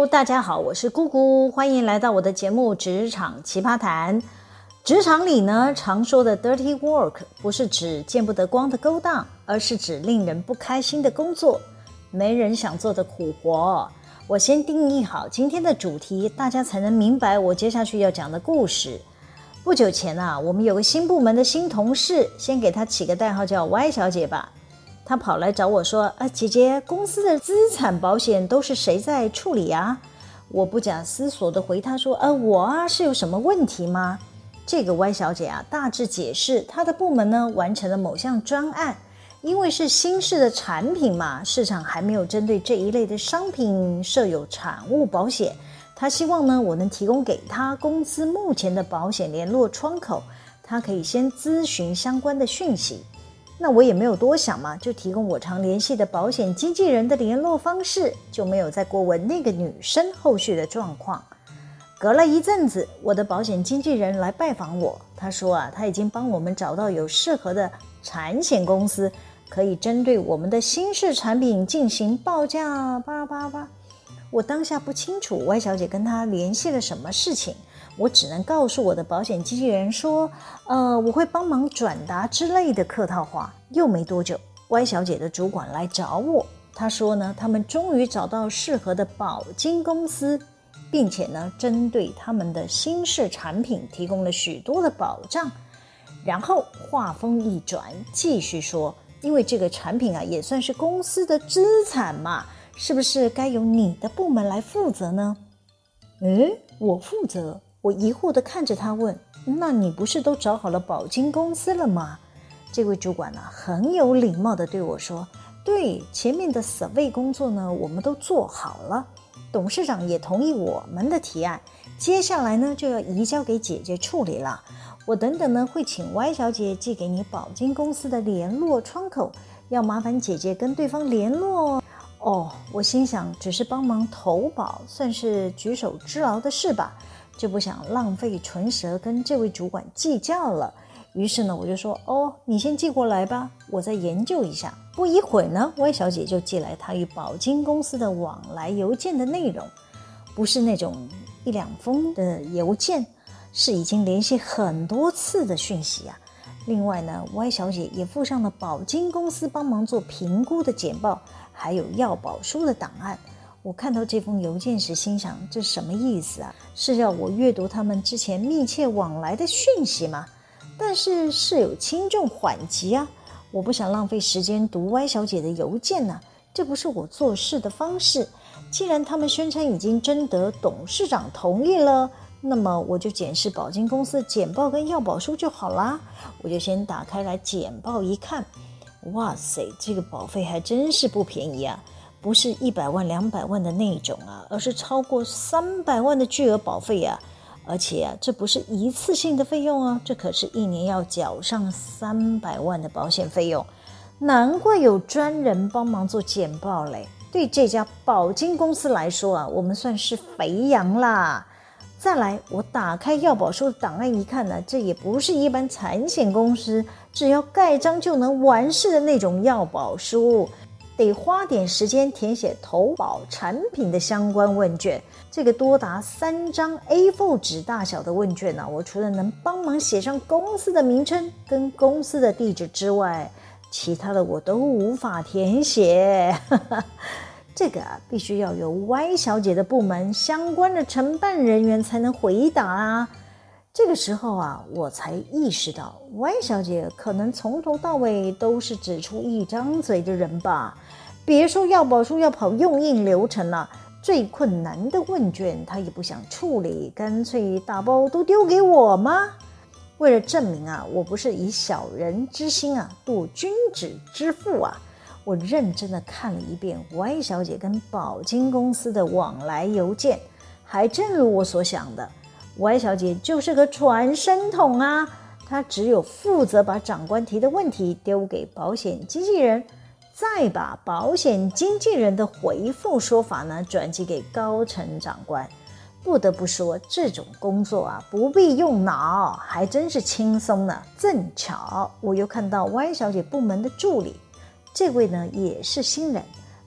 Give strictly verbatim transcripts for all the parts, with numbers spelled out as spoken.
大家好，我是姑姑，欢迎来到我的节目职场奇葩谈。职场里呢，常说的 dirty work 不是指见不得光的勾当，而是指令人不开心的工作，没人想做的苦活。我先定义好今天的主题，大家才能明白我接下去要讲的故事。不久前啊，我们有个新部门的新同事，先给他起个代号叫 Y 小姐吧。她跑来找我说，啊，姐姐，公司的资产保险都是谁在处理啊？我不假思索地回她说，啊，我啊，是有什么问题吗？这个 Y 小姐啊，大致解释她的部门呢完成了某项专案，因为是新式的产品嘛，市场还没有针对这一类的商品设有产物保险。她希望呢我能提供给她公司目前的保险联络窗口，她可以先咨询相关的讯息。那我也没有多想嘛，就提供我常联系的保险经纪人的联络方式，就没有再过问那个女生后续的状况。隔了一阵子，我的保险经纪人来拜访我，他说啊，他已经帮我们找到有适合的产险公司，可以针对我们的新式产品进行报价，巴拉巴拉巴拉。我当下不清楚 Y 小姐跟他联系了什么事情，我只能告诉我的保险经纪人说，呃，我会帮忙转达之类的客套话。又没多久 Y 小姐的主管来找我，她说呢，他们终于找到适合的保金公司，并且呢，针对他们的新式产品提供了许多的保障。然后话锋一转，继续说，因为这个产品啊，也算是公司的资产嘛，是不是该由你的部门来负责呢？诶，我负责？我疑惑地看着他问，那你不是都找好了保金公司了吗？这位主管啊，很有礼貌地对我说，对，前面的 survey 工作呢，我们都做好了，董事长也同意我们的提案，接下来呢，就要移交给姐姐处理了。我等等呢，会请 Y 小姐寄给你保金公司的联络窗口，要麻烦姐姐跟对方联络。哦，我心想，只是帮忙投保，算是举手之劳的事吧，就不想浪费唇舌跟这位主管计较了。于是呢，我就说，哦，你先寄过来吧，我再研究一下。不一会儿呢 Y 小姐就寄来她与保金公司的往来邮件的内容，不是那种一两封的邮件，是已经联系很多次的讯息啊。另外呢 Y 小姐也附上了保金公司帮忙做评估的简报，还有要保书的档案。我看到这封邮件时心想，这什么意思啊？是要我阅读他们之前密切往来的讯息吗？但是事有轻重缓急啊，我不想浪费时间读 Y 小姐的邮件呢、啊，这不是我做事的方式。既然他们宣称已经征得董事长同意了，那么我就检视保金公司的简报跟要保书就好啦。我就先打开来简报一看，哇塞，这个保费还真是不便宜啊，不是一百万两百万的那种啊，而是超过三百万的巨额保费啊。而且啊，这不是一次性的费用啊，这可是一年要缴上三百万的保险费用，难怪有专人帮忙做简报嘞。对这家保金公司来说啊，我们算是肥羊啦。再来，我打开要保书的档案一看呢，这也不是一般产险公司只要盖章就能完事的那种要保书，得花点时间填写投保产品的相关问卷。这个多达三张 A 四 纸大小的问卷呢、啊，我除了能帮忙写上公司的名称跟公司的地址之外，其他的我都无法填写。这个啊，必须要由 Y 小姐的部门相关的承办人员才能回答啊。这个时候啊，我才意识到 Y 小姐可能从头到尾都是只出一张嘴的人吧。别说要保书要跑用印流程了、啊，最困难的问卷她也不想处理，干脆大包都丢给我吗？为了证明啊，我不是以小人之心啊度君子之腹啊，我认真的看了一遍 Y 小姐跟保金公司的往来邮件，还真如我所想的， Y 小姐就是个传声筒啊，她只有负责把长官提的问题丢给保险经纪人，再把保险经纪人的回复说法呢转寄给高层长官。不得不说，这种工作啊，不必用脑，还真是轻松呢。正巧我又看到 Y 小姐部门的助理，这位呢也是新人，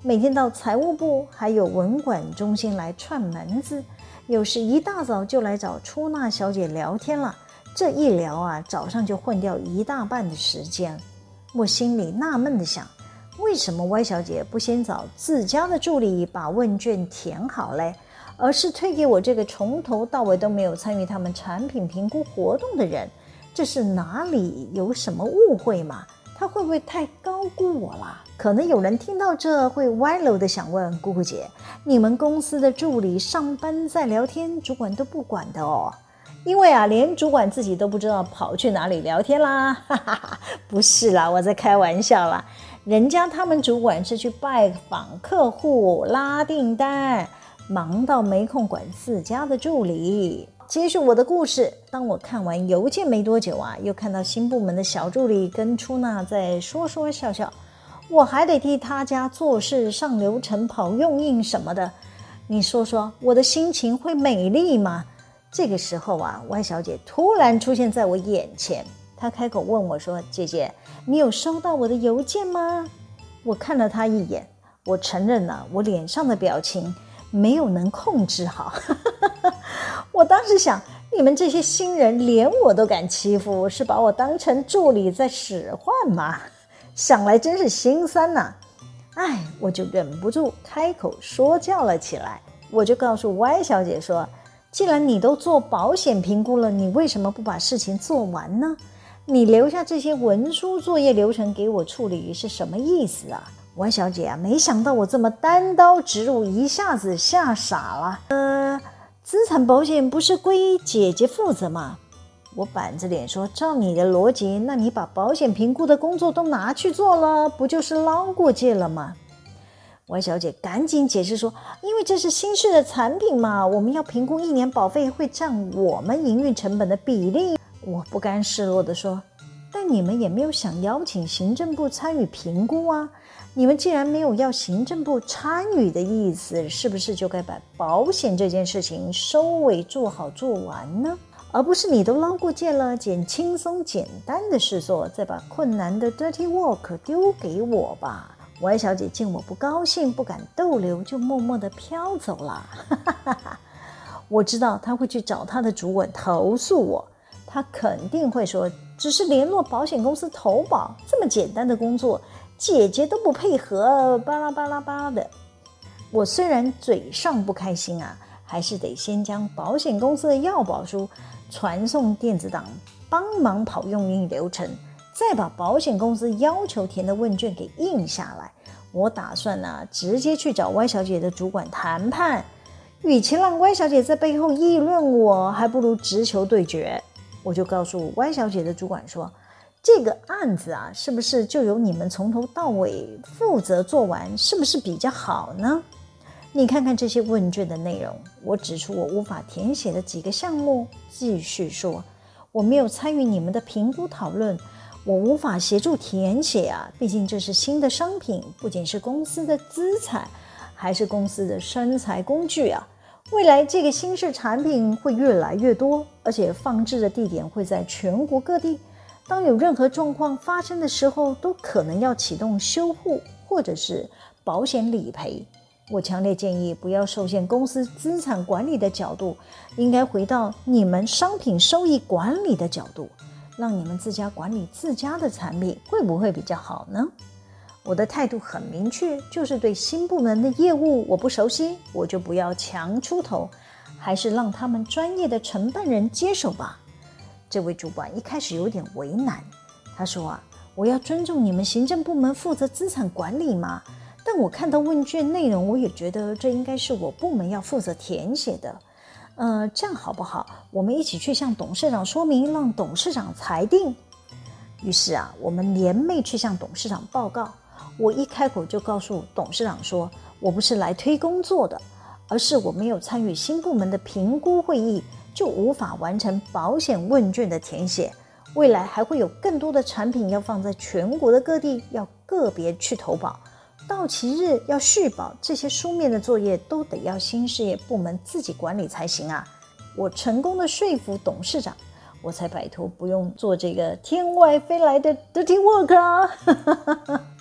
每天到财务部还有文管中心来串门子，有时一大早就来找出纳小姐聊天了，这一聊啊，早上就混掉一大半的时间。我心里纳闷地想，为什么 Y 小姐不先找自家的助理把问卷填好嘞，而是推给我这个从头到尾都没有参与他们产品评估活动的人？这是哪里有什么误会吗？他会不会太高估我啦？可能有人听到这会歪楼的想问，姑姑姐，你们公司的助理上班在聊天，主管都不管的哦？因为啊，连主管自己都不知道跑去哪里聊天啦。哈哈哈，不是啦，我在开玩笑啦。人家他们主管是去拜访客户、拉订单，忙到没空管自家的助理。接续我的故事，当我看完邮件没多久啊，又看到新部门的小助理跟出纳在说说笑笑，我还得替他家做事、上流程、跑用印什么的，你说说我的心情会美丽吗？这个时候啊 Y 小姐突然出现在我眼前，她开口问我说，姐姐，你有收到我的邮件吗？我看了她一眼，我承认了，我脸上的表情没有能控制好。我当时想，你们这些新人连我都敢欺负，是把我当成助理在使唤吗？想来真是心酸呐、啊！哎，我就忍不住开口说教了起来。我就告诉 Y 小姐说，既然你都做保险评估了，你为什么不把事情做完呢？你留下这些文书作业流程给我处理是什么意思啊？ Y 小姐啊，没想到我这么单刀直入，一下子吓傻了。呃，资产保险不是归姐姐负责吗？我板着脸说，照你的逻辑，那你把保险评估的工作都拿去做了，不就是捞过界了吗？ Y 小姐赶紧解释说，因为这是新式的产品嘛，我们要评估一年保费会占我们营运成本的比例。我不甘示弱地说，但你们也没有想邀请行政部参与评估啊，你们既然没有要行政部参与的意思，是不是就该把保险这件事情收尾做好做完呢？而不是你都捞过界了，捡轻松简单的事做，再把困难的 dirty work 丢给我吧。Y 小姐见我不高兴，不敢逗留，就默默地飘走了。我知道她会去找她的主管投诉我，她肯定会说，只是联络保险公司投保这么简单的工作，姐姐都不配合，巴拉巴拉巴拉的。我虽然嘴上不开心啊，还是得先将保险公司的要保书传送电子档，帮忙跑用印流程，再把保险公司要求填的问卷给印下来。我打算啊，直接去找 Y 小姐的主管谈判，与其让 Y 小姐在背后议论我，还不如直球对决。我就告诉 Y 小姐的主管说，这个案子啊，是不是就由你们从头到尾负责做完，是不是比较好呢？你看看这些问卷的内容，我指出我无法填写的几个项目，继续说，我没有参与你们的评估讨论，我无法协助填写啊，毕竟这是新的商品，不仅是公司的资产，还是公司的生财工具啊。未来这个新式产品会越来越多，而且放置的地点会在全国各地。当有任何状况发生的时候，都可能要启动修护或者是保险理赔。我强烈建议不要受限公司资产管理的角度，应该回到你们商品收益管理的角度，让你们自家管理自家的产品，会不会比较好呢？我的态度很明确，就是对新部门的业务我不熟悉，我就不要强出头，还是让他们专业的承办人接手吧。这位主管一开始有点为难，他说啊，我要尊重你们行政部门负责资产管理嘛，但我看到问卷内容，我也觉得这应该是我部门要负责填写的。呃，这样好不好？我们一起去向董事长说明，让董事长裁定。于是啊，我们联袂去向董事长报告。我一开口就告诉董事长说，我不是来推工作的，而是我没有参与新部门的评估会议，就无法完成保险问卷的填写。未来还会有更多的产品要放在全国的各地，要个别去投保。到期日要续保，这些书面的作业都得要新事业部门自己管理才行啊！我成功的说服董事长，我才摆脱不用做这个天外飞来的 dirty work 啊！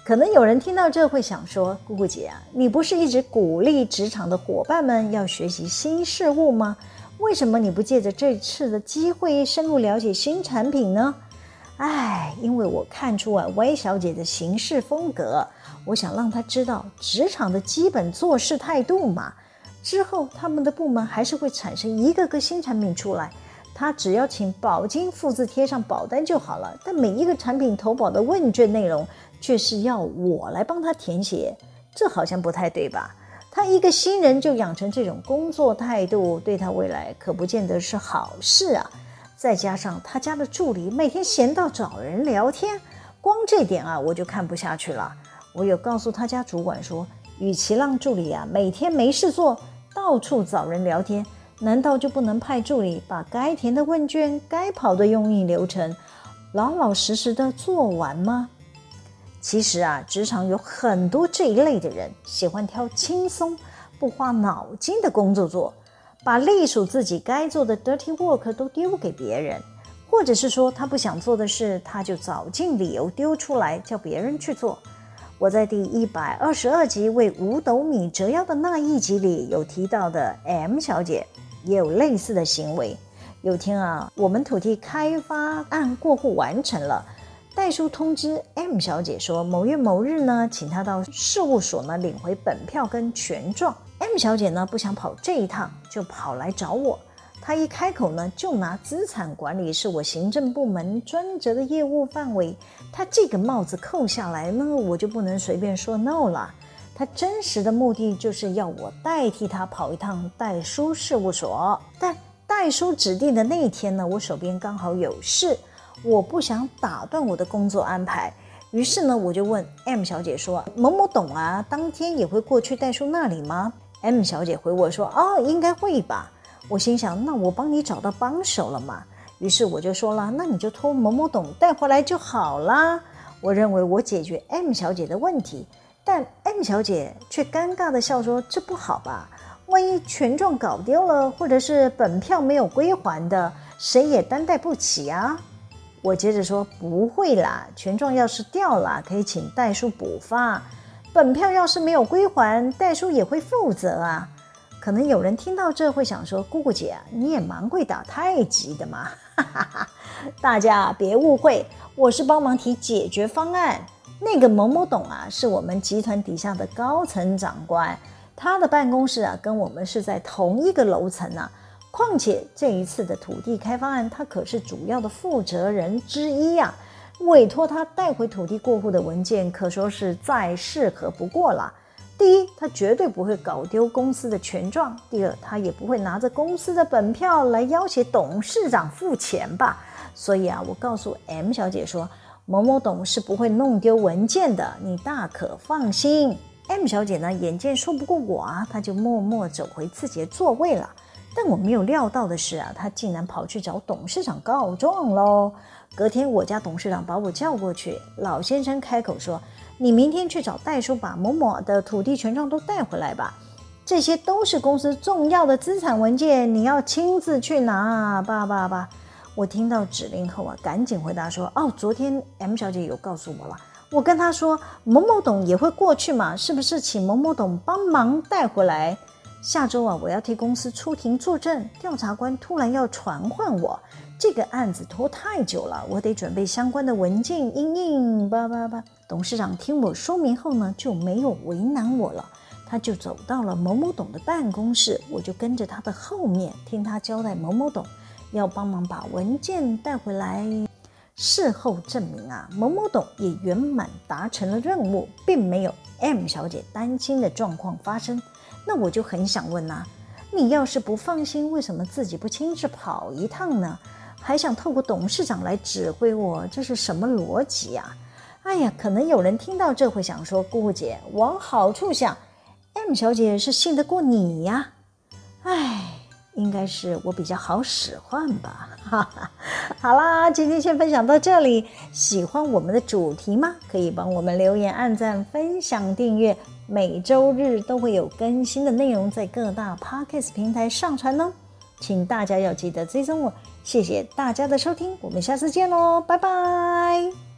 可能有人听到这会想说，姑姑姐啊，你不是一直鼓励职场的伙伴们要学习新事物吗？为什么你不借着这次的机会深入了解新产品呢？哎，因为我看出啊 Y 小姐的行事风格，我想让她知道职场的基本做事态度嘛。之后他们的部门还是会产生一个个新产品出来，他只要请保金复制贴上保单就好了，但每一个产品投保的问卷内容却是要我来帮他填写，这好像不太对吧？他一个新人就养成这种工作态度，对他未来可不见得是好事啊。再加上他家的助理每天闲到找人聊天，光这点啊我就看不下去了。我有告诉他家主管说，与其让助理啊每天没事做，到处找人聊天，难道就不能派助理把该填的问卷、该跑的用印流程老老实实的做完吗？其实啊，职场有很多这一类的人，喜欢挑轻松、不花脑筋的工作做，把隶属自己该做的 dirty work 都丢给别人，或者是说他不想做的事，他就找尽理由丢出来叫别人去做。我在第一百二十二集为五斗米折腰的那一集里有提到的 M 小姐也有类似的行为。有天啊，我们土地开发案过户完成了，代书通知 M 小姐说某月某日呢，请她到事务所呢领回本票跟权状。 M 小姐呢不想跑这一趟，就跑来找我。她一开口呢，就拿资产管理是我行政部门专责的业务范围，她这个帽子扣下来呢，我就不能随便说 no 了。她真实的目的就是要我代替她跑一趟代书事务所，但代书指定的那一天呢，我手边刚好有事，我不想打断我的工作安排，于是呢，我就问 M 小姐说，某某董啊，当天也会过去代书那里吗？ M 小姐回我说，哦，应该会吧。我心想，那我帮你找到帮手了嘛？于是我就说了，那你就托某某董带回来就好啦。我认为我解决 M 小姐的问题，但 M 小姐却尴尬地笑说，这不好吧？万一权状搞丢了，或者是本票没有归还的，谁也担待不起啊。我接着说，不会啦，权状要是掉了，可以请代书补发，本票要是没有归还，代书也会负责啊。可能有人听到这会想说，姑姑姐啊，你也蛮会打太极的嘛。大家别误会，我是帮忙提解决方案。那个某某董啊，是我们集团底下的高层长官，他的办公室啊跟我们是在同一个楼层啊。况且这一次的土地开发案，他可是主要的负责人之一啊，委托他带回土地过户的文件，可说是再适合不过了。第一，他绝对不会搞丢公司的权状；第二，他也不会拿着公司的本票来要挟董事长付钱吧。所以啊，我告诉 M 小姐说，某某董是不会弄丢文件的，你大可放心。M 小姐呢，眼见说不过我啊，她就默默走回自己的座位了。但我没有料到的是啊，她竟然跑去找董事长告状咯。隔天我家董事长把我叫过去，老先生开口说，你明天去找代书把某某的土地权状都带回来吧，这些都是公司重要的资产文件，你要亲自去拿。爸爸爸，我听到指令后啊，赶紧回答说，哦，昨天 M 小姐有告诉我了，我跟她说某某董也会过去嘛，是不是请某某董帮忙带回来？下周啊，我要替公司出庭作证，调查官突然要传唤我，这个案子拖太久了，我得准备相关的文件因应吧吧吧。董事长听我说明后呢，就没有为难我了，他就走到了某某董的办公室，我就跟着他的后面，听他交代某某董要帮忙把文件带回来。事后证明啊，某某董也圆满达成了任务，并没有 M 小姐担心的状况发生。那我就很想问啊，你要是不放心，为什么自己不亲自跑一趟呢？还想透过董事长来指挥我，这是什么逻辑啊？哎呀，可能有人听到这会想说，姑姑姐往好处想， M 小姐是信得过你呀。哎，应该是我比较好使唤吧。好啦，今天先分享到这里。喜欢我们的主题吗？可以帮我们留言、按赞、分享、订阅。每周日都会有更新的内容在各大 Podcast 平台上传哦，请大家要记得追踪我。谢谢大家的收听，我们下次见咯，拜拜。